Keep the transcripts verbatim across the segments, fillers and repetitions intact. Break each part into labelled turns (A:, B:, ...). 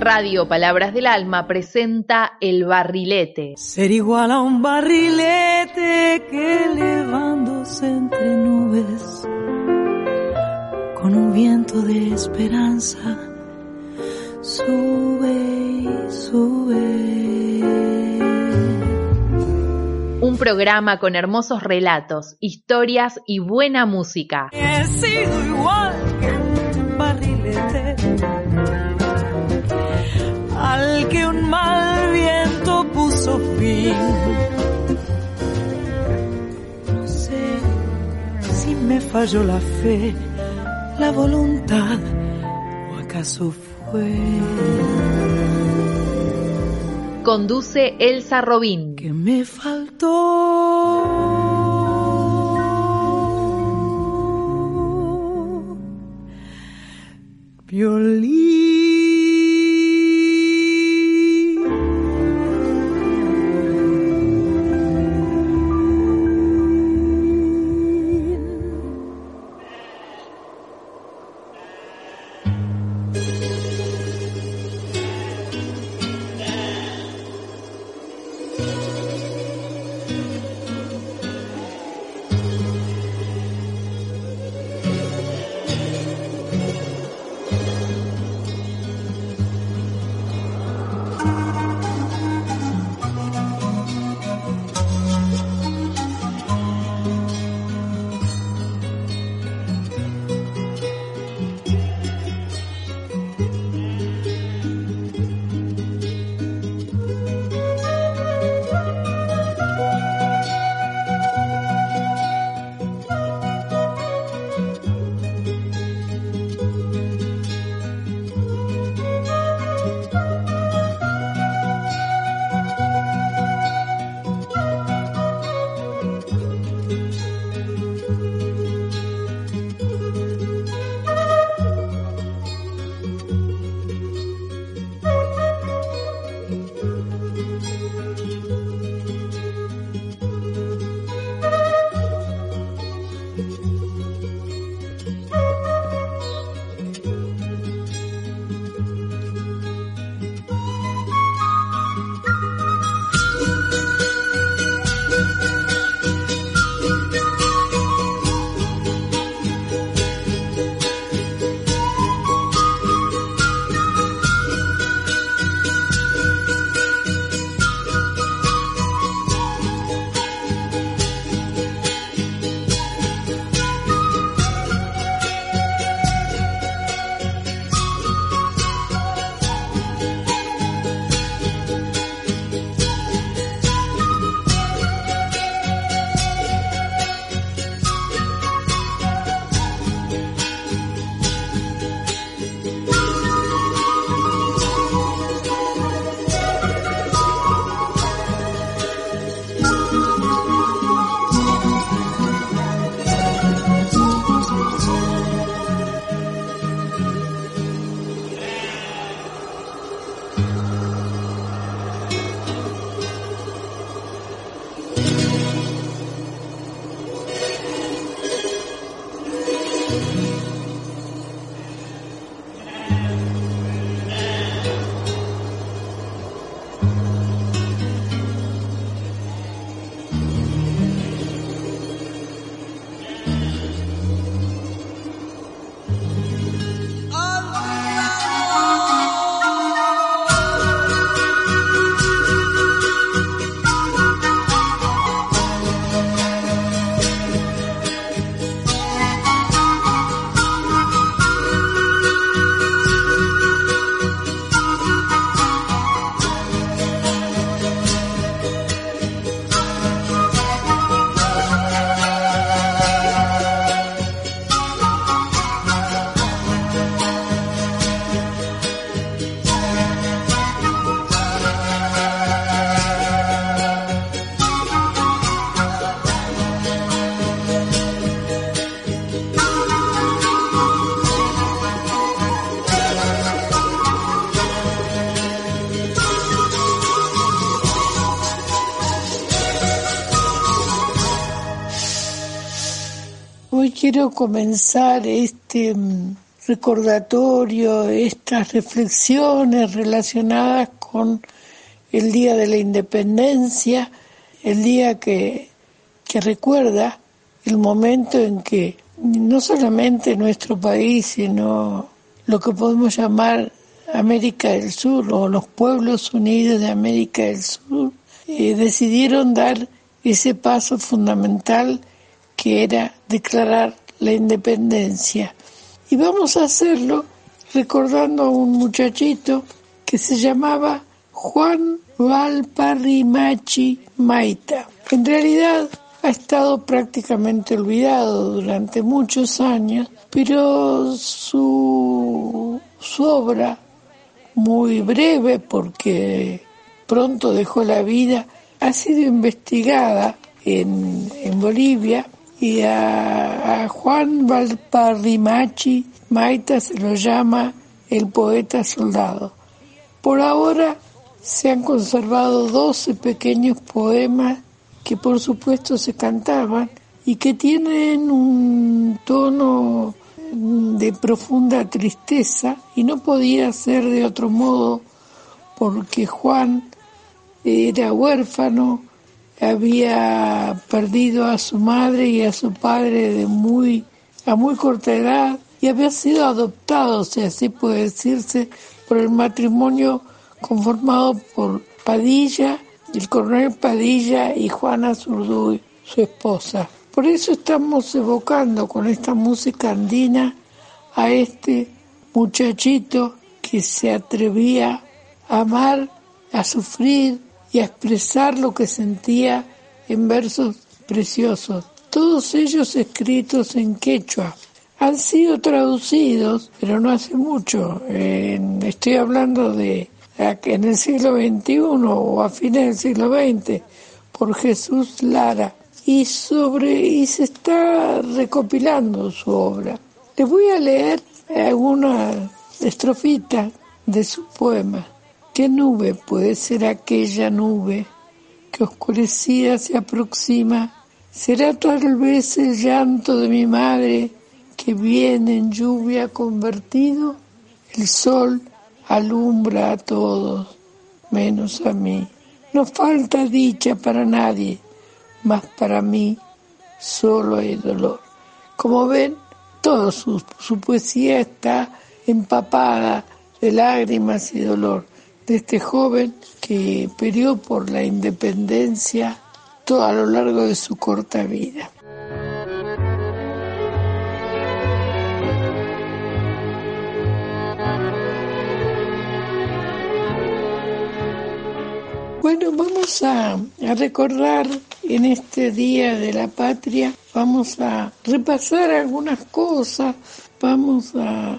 A: Radio Palabras del Alma presenta El Barrilete.
B: Ser igual a un barrilete que elevándose entre nubes con un viento de esperanza sube y sube.
A: Un programa con hermosos relatos, historias y buena música.
B: He sido igual que un barrilete al que un mal viento puso fin. No sé si me falló la fe, la voluntad, o acaso fue.
A: Conduce Elsa Robín.
B: Que me faltó violín.
C: Hoy quiero comenzar este recordatorio, estas reflexiones relacionadas con el Día de la Independencia, el día que, que recuerda el momento en que no solamente nuestro país, sino lo que podemos llamar América del Sur o los pueblos unidos de América del Sur, eh, decidieron dar ese paso fundamental que era declarar la independencia. Y vamos a hacerlo recordando a un muchachito que se llamaba Juan Valparrimachi Maita. En realidad ha estado prácticamente olvidado durante muchos años, pero su, su obra, muy breve porque pronto dejó la vida, ha sido investigada en, en Bolivia, y a, a Juan Valparrimachi Maita se lo llama el poeta soldado. Por ahora se han conservado doce pequeños poemas que por supuesto se cantaban y que tienen un tono de profunda tristeza, y no podía ser de otro modo porque Juan era huérfano, había perdido a su madre y a su padre de muy a muy corta edad y había sido adoptado, si así puede decirse, por el matrimonio conformado por Padilla, el coronel Padilla y Juana Zurduy, su esposa. Por eso estamos evocando con esta música andina a este muchachito que se atrevía a amar, a sufrir y a expresar lo que sentía en versos preciosos, todos ellos escritos en quechua. Han sido traducidos, pero no hace mucho, en, estoy hablando de en el siglo veintiuno o a fines del siglo veinte, por Jesús Lara, y sobre y se está recopilando su obra. Les voy a leer algunas estrofitas de su poema. ¿Qué nube puede ser aquella nube que oscurecida se aproxima? ¿Será tal vez el llanto de mi madre que viene en lluvia convertido? El sol alumbra a todos, menos a mí. No falta dicha para nadie, mas para mí solo hay dolor. Como ven, toda su, su poesía está empapada de lágrimas y dolor, de este joven que peleó por la independencia todo a lo largo de su corta vida. Bueno, vamos a, a recordar en este Día de la Patria, vamos a repasar algunas cosas, vamos a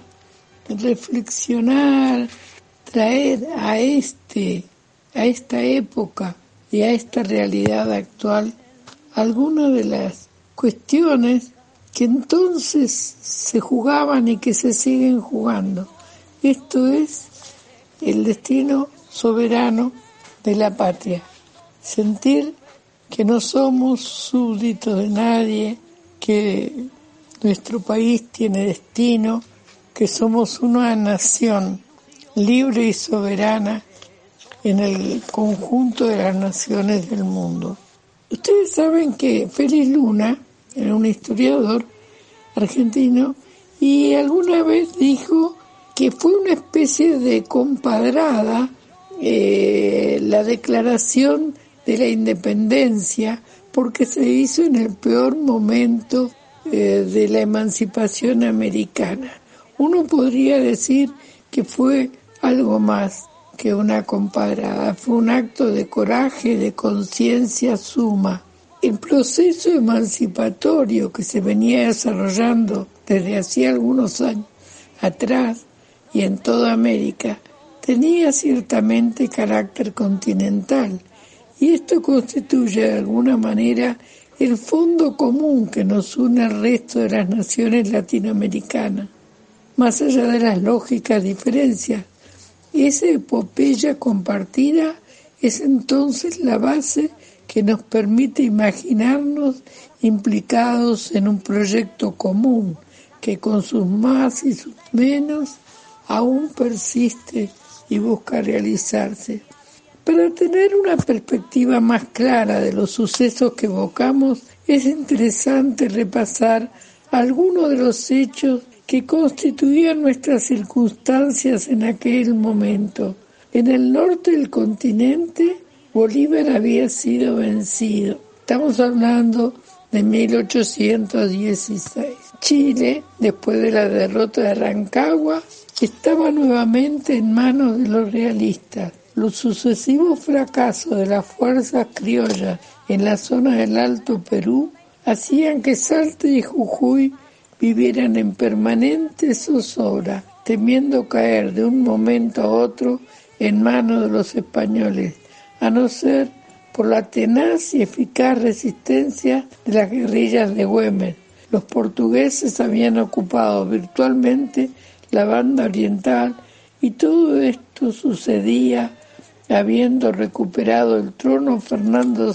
C: reflexionar, traer a este, a esta época y a esta realidad actual algunas de las cuestiones que entonces se jugaban y que se siguen jugando. Esto es el destino soberano de la patria, sentir que no somos súbditos de nadie, que nuestro país tiene destino, que somos una nación libre y soberana en el conjunto de las naciones del mundo. Ustedes saben que Félix Luna era un historiador argentino y alguna vez dijo que fue una especie de compadrada Eh, la declaración de la independencia, porque se hizo en el peor momento eh, de la emancipación americana. Uno podría decir que fue algo más que una compadrada, fue un acto de coraje, de conciencia suma. El proceso emancipatorio que se venía desarrollando desde hacía algunos años atrás y en toda América tenía ciertamente carácter continental, y esto constituye de alguna manera el fondo común que nos une al resto de las naciones latinoamericanas. Más allá de las lógicas diferencias, esa epopeya compartida es entonces la base que nos permite imaginarnos implicados en un proyecto común que con sus más y sus menos aún persiste y busca realizarse. Para tener una perspectiva más clara de los sucesos que evocamos, es interesante repasar algunos de los hechos que constituían nuestras circunstancias en aquel momento. En el norte del continente, Bolívar había sido vencido. Estamos hablando de mil ochocientos dieciséis. Chile, después de la derrota de Rancagua, estaba nuevamente en manos de los realistas. Los sucesivos fracasos de las fuerzas criollas en la zona del Alto Perú hacían que Salta y Jujuy vivieran en permanente zozobra, temiendo caer de un momento a otro en manos de los españoles, a no ser por la tenaz y eficaz resistencia de las guerrillas de Güemes. Los portugueses habían ocupado virtualmente la banda oriental y todo esto sucedía habiendo recuperado el trono Fernando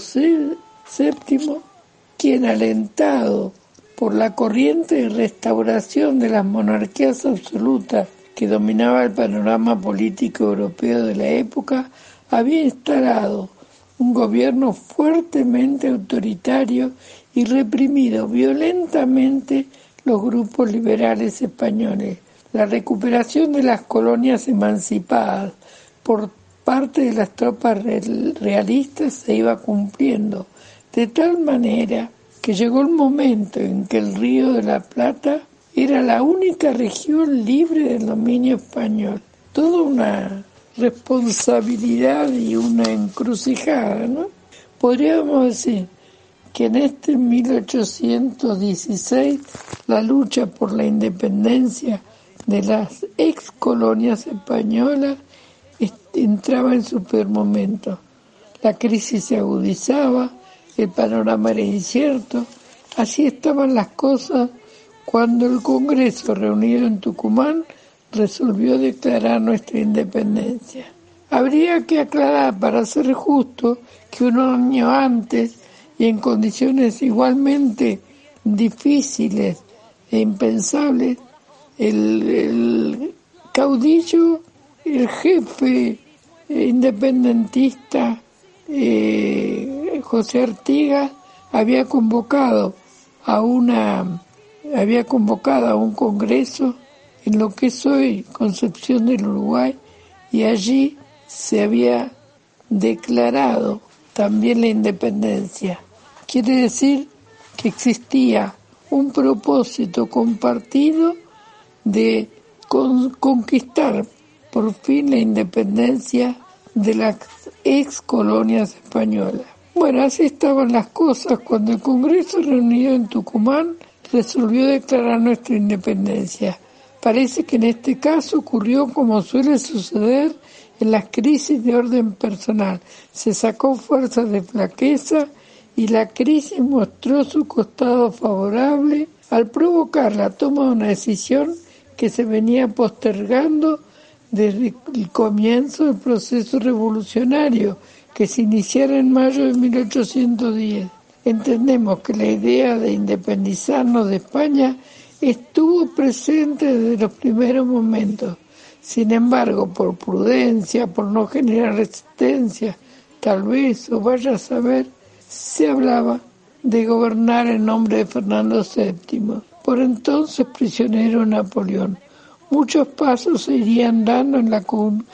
C: séptimo, quien, alentado por la corriente de restauración de las monarquías absolutas que dominaba el panorama político europeo de la época, había instalado un gobierno fuertemente autoritario y reprimido violentamente los grupos liberales españoles. La recuperación de las colonias emancipadas por parte de las tropas realistas se iba cumpliendo, de tal manera que llegó el momento en que el Río de la Plata era la única región libre del dominio español. Toda una responsabilidad y una encrucijada, ¿no? Podríamos decir que en este mil ochocientos dieciséis la lucha por la independencia de las ex colonias españolas entraba en su peor momento. La crisis se agudizaba, el panorama era incierto. Así estaban las cosas cuando el Congreso, reunido en Tucumán, resolvió declarar nuestra independencia. Habría que aclarar, para ser justo, que un año antes, y en condiciones igualmente difíciles e impensables, el, el caudillo, el jefe independentista eh, José Artigas había convocado a una había convocado a un congreso en lo que es hoy Concepción del Uruguay, y allí se había declarado también la independencia. Quiere decir que existía un propósito compartido de con, conquistar por fin la independencia de las ex colonias españolas. Bueno, así estaban las cosas cuando el Congreso, reunido en Tucumán, resolvió declarar nuestra independencia. Parece que en este caso ocurrió como suele suceder en las crisis de orden personal. Se sacó fuerzas de flaqueza y la crisis mostró su costado favorable al provocar la toma de una decisión que se venía postergando desde el comienzo del proceso revolucionario que se iniciara en mayo de mil ochocientos diez. Entendemos que la idea de independizarnos de España estuvo presente desde los primeros momentos. Sin embargo, por prudencia, por no generar resistencia, tal vez, o vaya a saber, se hablaba de gobernar en nombre de Fernando séptimo, por entonces prisionero de Napoleón. Muchos pasos se irían dando en la con-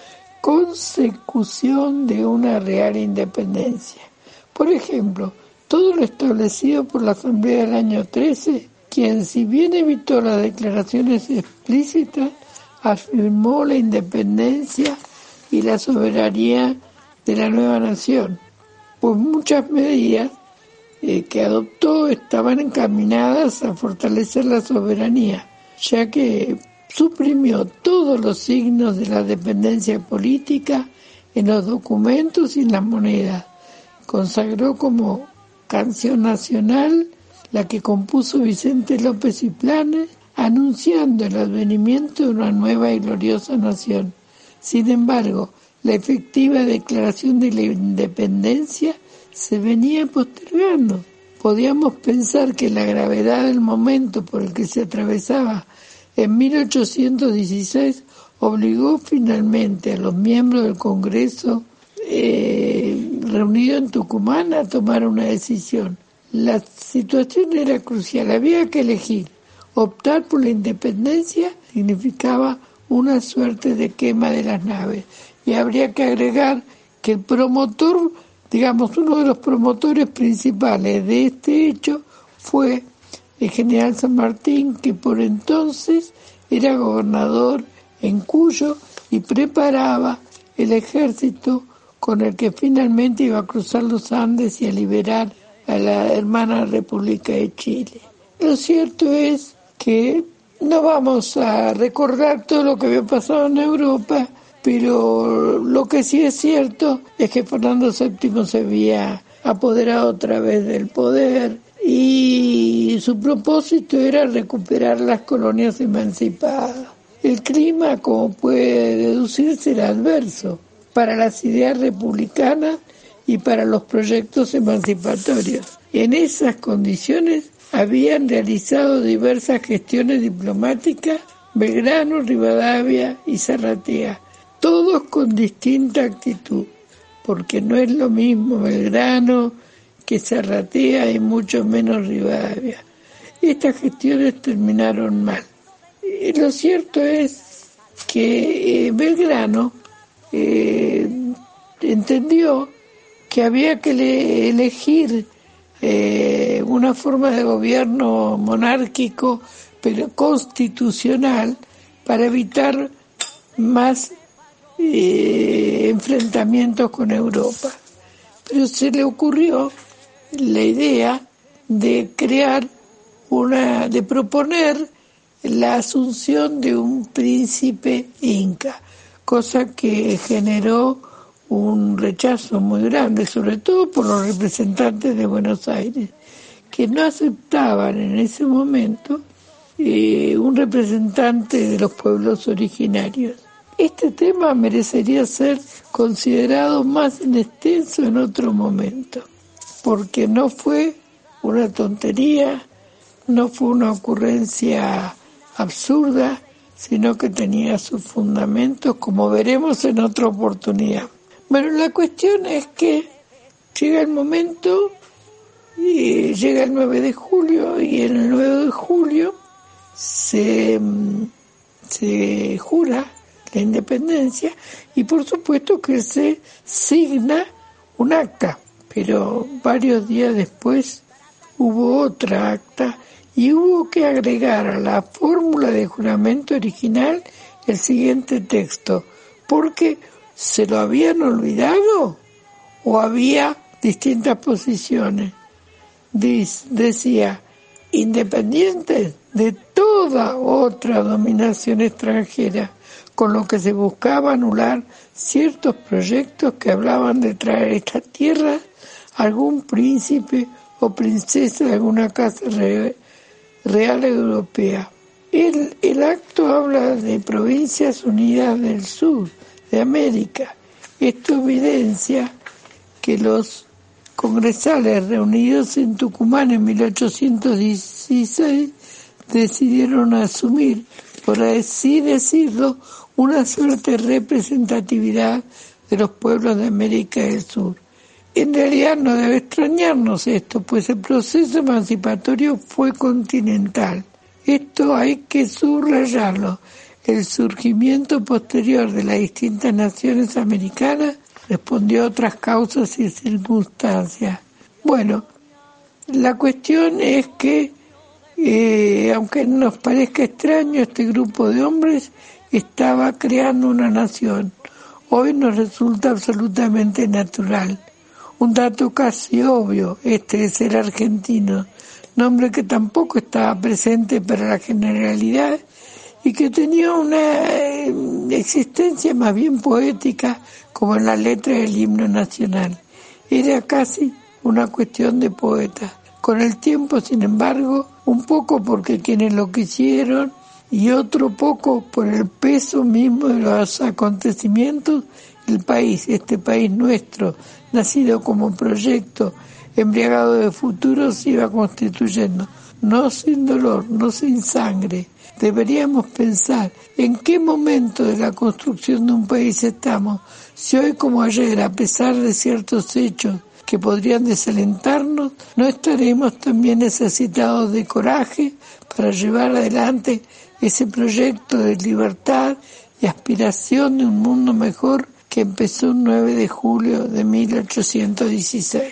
C: consecución de una real independencia. Por ejemplo, todo lo establecido por la Asamblea del año trece, quien, si bien evitó las declaraciones explícitas, afirmó la independencia y la soberanía de la nueva nación, pues muchas medidas eh, que adoptó estaban encaminadas a fortalecer la soberanía, ya que suprimió todos los signos de la dependencia política en los documentos y en las monedas. Consagró como canción nacional la que compuso Vicente López y Planes, anunciando el advenimiento de una nueva y gloriosa nación. Sin embargo, la efectiva declaración de la independencia se venía postergando. Podíamos pensar que la gravedad del momento por el que se atravesaba En mil ochocientos dieciséis obligó finalmente a los miembros del Congreso eh, reunido en Tucumán a tomar una decisión. La situación era crucial, había que elegir. Optar por la independencia significaba una suerte de quema de las naves. Y habría que agregar que el promotor, digamos, uno de los promotores principales de este hecho fue el general San Martín, que por entonces era gobernador en Cuyo y preparaba el ejército con el que finalmente iba a cruzar los Andes y a liberar a la hermana República de Chile. Lo cierto es que no vamos a recordar todo lo que había pasado en Europa, pero lo que sí es cierto es que Fernando séptimo se había apoderado otra vez del poder y su propósito era recuperar las colonias emancipadas. El clima, como puede deducirse, era adverso para las ideas republicanas y para los proyectos emancipatorios. En esas condiciones habían realizado diversas gestiones diplomáticas Belgrano, Rivadavia y Zarratea, todos con distinta actitud, porque no es lo mismo Belgrano que Zarratea y mucho menos Rivadavia. Estas gestiones terminaron mal. Eh, lo cierto es que eh, Belgrano eh, entendió que había que le, elegir eh, una forma de gobierno monárquico, pero constitucional, para evitar más eh, enfrentamientos con Europa. Pero se le ocurrió la idea de crear una, de proponer la asunción de un príncipe inca, cosa que generó un rechazo muy grande, sobre todo por los representantes de Buenos Aires, que no aceptaban en ese momento eh, un representante de los pueblos originarios. Este tema merecería ser considerado más en extenso en otro momento, porque no fue una tontería, no fue una ocurrencia absurda, sino que tenía sus fundamentos, como veremos en otra oportunidad. Bueno, la cuestión es que llega el momento, y llega el nueve de julio, y en el nueve de julio se, se jura la independencia, y por supuesto que se signa un acta, pero varios días después hubo otra acta, y hubo que agregar a la fórmula de juramento original el siguiente texto, porque ¿se lo habían olvidado o había distintas posiciones? Dice, decía, independientes de toda otra dominación extranjera, con lo que se buscaba anular ciertos proyectos que hablaban de traer a esta tierra algún príncipe o princesa de alguna casa re, real europea. El, el acto habla de Provincias Unidas del Sur de América. Esto evidencia que los congresales reunidos en Tucumán en mil ochocientos dieciséis decidieron asumir, por así decirlo, una suerte de representatividad de los pueblos de América del Sur. En realidad no debe extrañarnos esto, pues el proceso emancipatorio fue continental. Esto hay que subrayarlo. El surgimiento posterior de las distintas naciones americanas respondió a otras causas y circunstancias. Bueno, la cuestión es que, eh, aunque nos parezca extraño, este grupo de hombres estaba creando una nación. Hoy nos resulta absolutamente natural. Un dato casi obvio, este es el argentino, nombre que tampoco estaba presente para la generalidad y que tenía una existencia más bien poética, como en la letra del himno nacional. Era casi una cuestión de poetas. Con el tiempo, sin embargo, un poco porque quienes lo quisieron y otro poco por el peso mismo de los acontecimientos, el país, este país nuestro, nacido como proyecto, embriagado de futuro, se iba constituyendo, no sin dolor, no sin sangre, Deberíamos pensar en qué momento de la construcción de un país estamos, si hoy como ayer, a pesar de ciertos hechos que podrían desalentarnos, no estaremos también necesitados de coraje para llevar adelante ese proyecto de libertad y aspiración de un mundo mejor que empezó el nueve de julio de mil ochocientos dieciséis.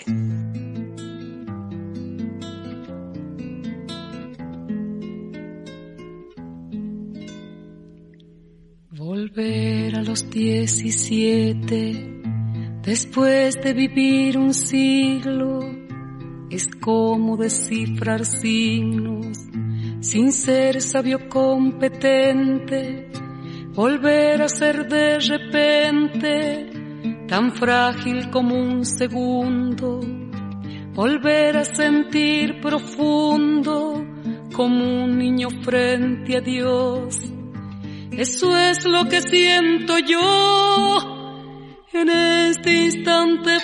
B: Volver a los diecisiete, después de vivir un siglo, es como descifrar signos, sin ser sabio competente. Volver a ser de repente tan frágil como un segundo, volver a sentir profundo como un niño frente a Dios. Eso es lo que siento yo en este instante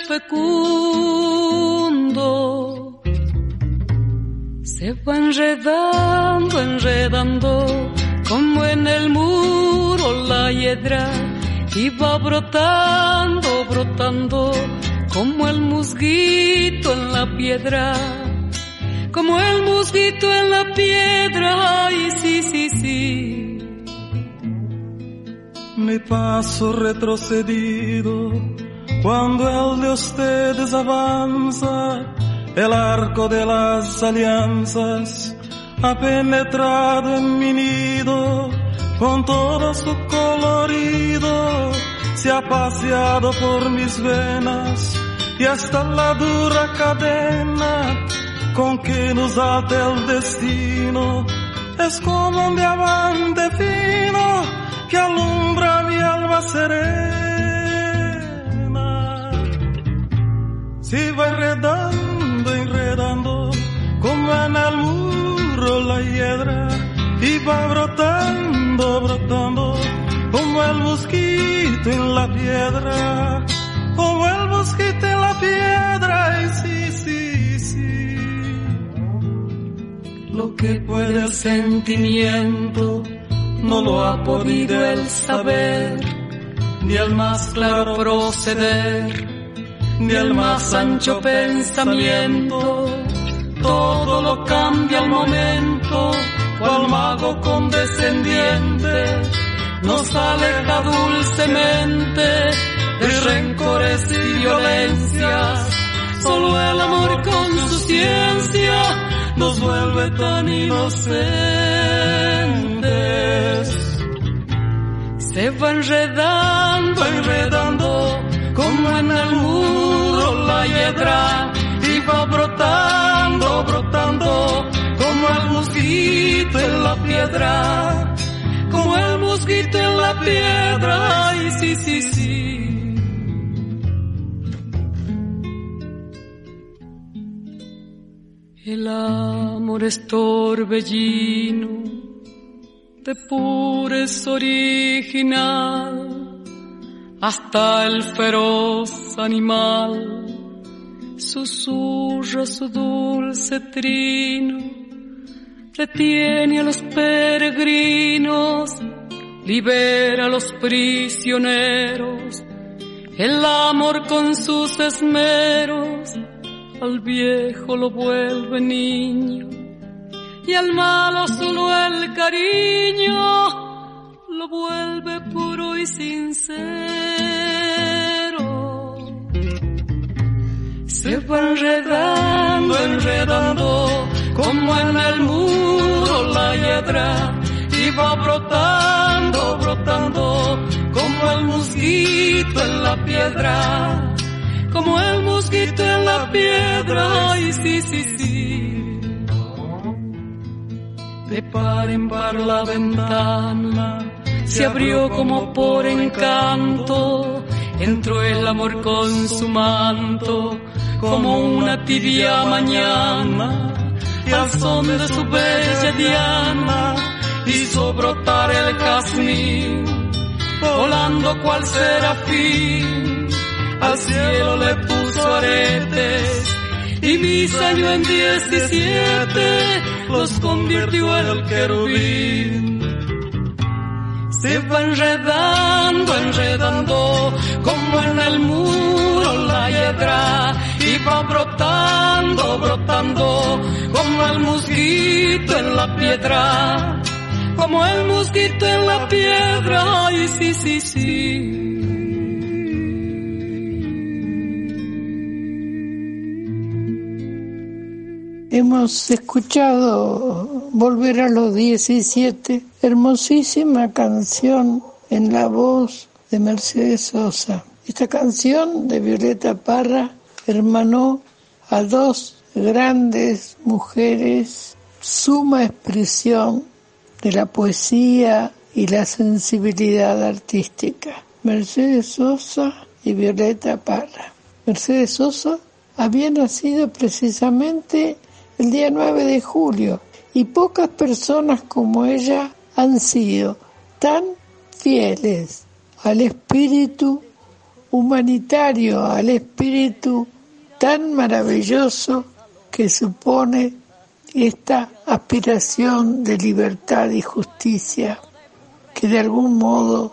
B: fecundo. Se va enredando, enredando, como en el muro la hiedra, y va brotando, brotando, como el musguito en la piedra, como el musguito en la piedra, ay, sí, sí, sí.
D: Mi paso retrocedido, cuando el de ustedes avanza, el arco de las alianzas ha penetrado en mi nido, con todo su colorido, se ha paseado por mis venas, y hasta la dura cadena con que nos ata el destino, es como un diamante fino que alumbra mi alma serena. Se va enredando, enredando, como en el muro la hiedra, y va brotando, brotando, como el mosquito en la piedra, como el mosquito en la piedra, y sí, sí, sí.
B: Lo que puede el sentimiento no lo ha podido el saber, ni el más claro proceder, ni el más ancho pensamiento. Todo lo cambia al momento, cual mago condescendiente nos aleja dulcemente de rencores y violencias. Solo el amor con su ciencia nos vuelve tan inocentes. Se va enredando, enredando, como en el muro la hiedra, y va brotando, brotando, como el mosquito en la piedra, como el mosquito en la piedra, ay, sí, sí, sí. El amor es torbellino, de pureza original, hasta el feroz animal susurra su dulce trino, detiene a los peregrinos, libera a los prisioneros. El amor con sus esmeros al viejo lo vuelve niño, y al malo solo el cariño lo vuelve puro y sincero. Se va enredando, enredando, como en el muro la hiedra, y va brotando, brotando, como el mosquito en la piedra, como el mosquito en la piedra, ay, sí, sí, sí. De par en par la ventana se abrió como por encanto, entró el amor con su manto, como una tibia mañana, y al son de su bella diana hizo brotar el jazmín, volando cual serafín, al cielo le puso aretes y mis años en diecisiete los convirtió en el querubín. Se va enredando, enredando, como en el muro la hiedra, y va brotando, brotando, como el mosquito en la piedra, como el mosquito en la piedra, ay, sí, sí, sí.
C: Hemos escuchado Volver a los diecisiete, hermosísima canción en la voz de Mercedes Sosa. Esta canción de Violeta Parra hermanó a dos grandes mujeres, suma expresión de la poesía y la sensibilidad artística, Mercedes Sosa y Violeta Parra. Mercedes Sosa había nacido precisamente el día nueve de julio, y pocas personas como ella han sido tan fieles al espíritu humanitario, al espíritu tan maravilloso que supone esta aspiración de libertad y justicia, que de algún modo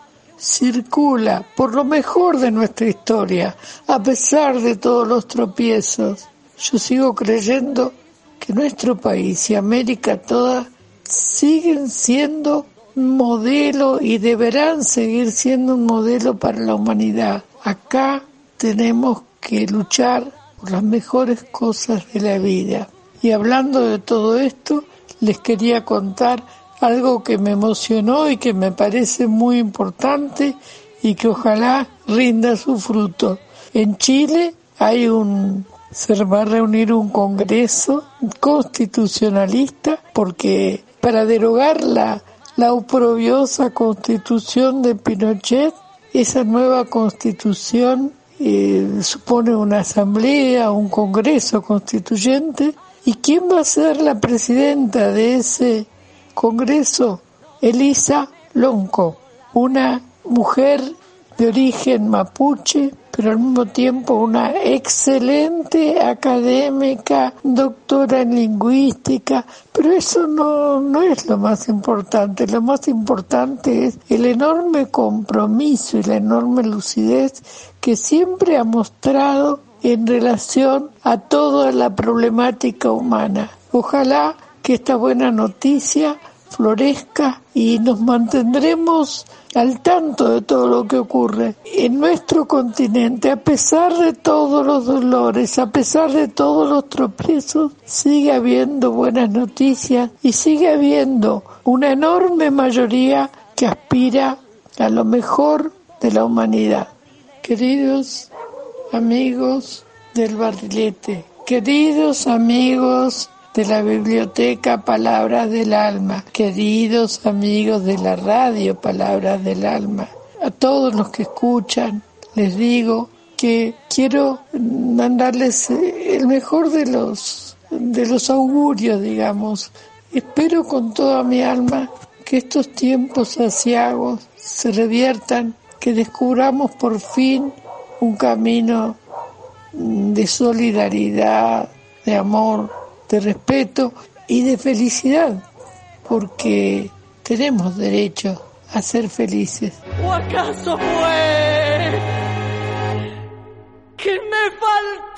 C: circula por lo mejor de nuestra historia, a pesar de todos los tropiezos. Yo sigo creyendo que nuestro país y América toda siguen siendo un modelo y deberán seguir siendo un modelo para la humanidad. Acá tenemos que luchar por las mejores cosas de la vida. Y hablando de todo esto, les quería contar algo que me emocionó y que me parece muy importante y que ojalá rinda su fruto. En Chile hay un se va a reunir un congreso constitucionalista porque para derogar la, la oprobiosa constitución de Pinochet, esa nueva constitución eh, supone una asamblea, un congreso constituyente. ¿Y quién va a ser la presidenta de ese congreso? Elisa Lonco, una mujer de origen mapuche, pero al mismo tiempo una excelente académica, doctora en lingüística, pero eso no, no es lo más importante. Lo más importante es el enorme compromiso y la enorme lucidez que siempre ha mostrado en relación a toda la problemática humana. Ojalá que esta buena noticia florezca y nos mantendremos al tanto de todo lo que ocurre en nuestro continente. A pesar de todos los dolores, a pesar de todos los tropiezos, sigue habiendo buenas noticias y sigue habiendo una enorme mayoría que aspira a lo mejor de la humanidad. Queridos amigos del Barrilete, queridos amigos de la biblioteca Palabras del Alma, queridos amigos de la radio Palabras del Alma, a todos los que escuchan, les digo que quiero mandarles el mejor de los, de los augurios, digamos. Espero con toda mi alma que estos tiempos aciagos se reviertan, que descubramos por fin un camino de solidaridad, de amor, de respeto y de felicidad, porque tenemos derecho a ser felices.
B: ¿O acaso fue que me faltó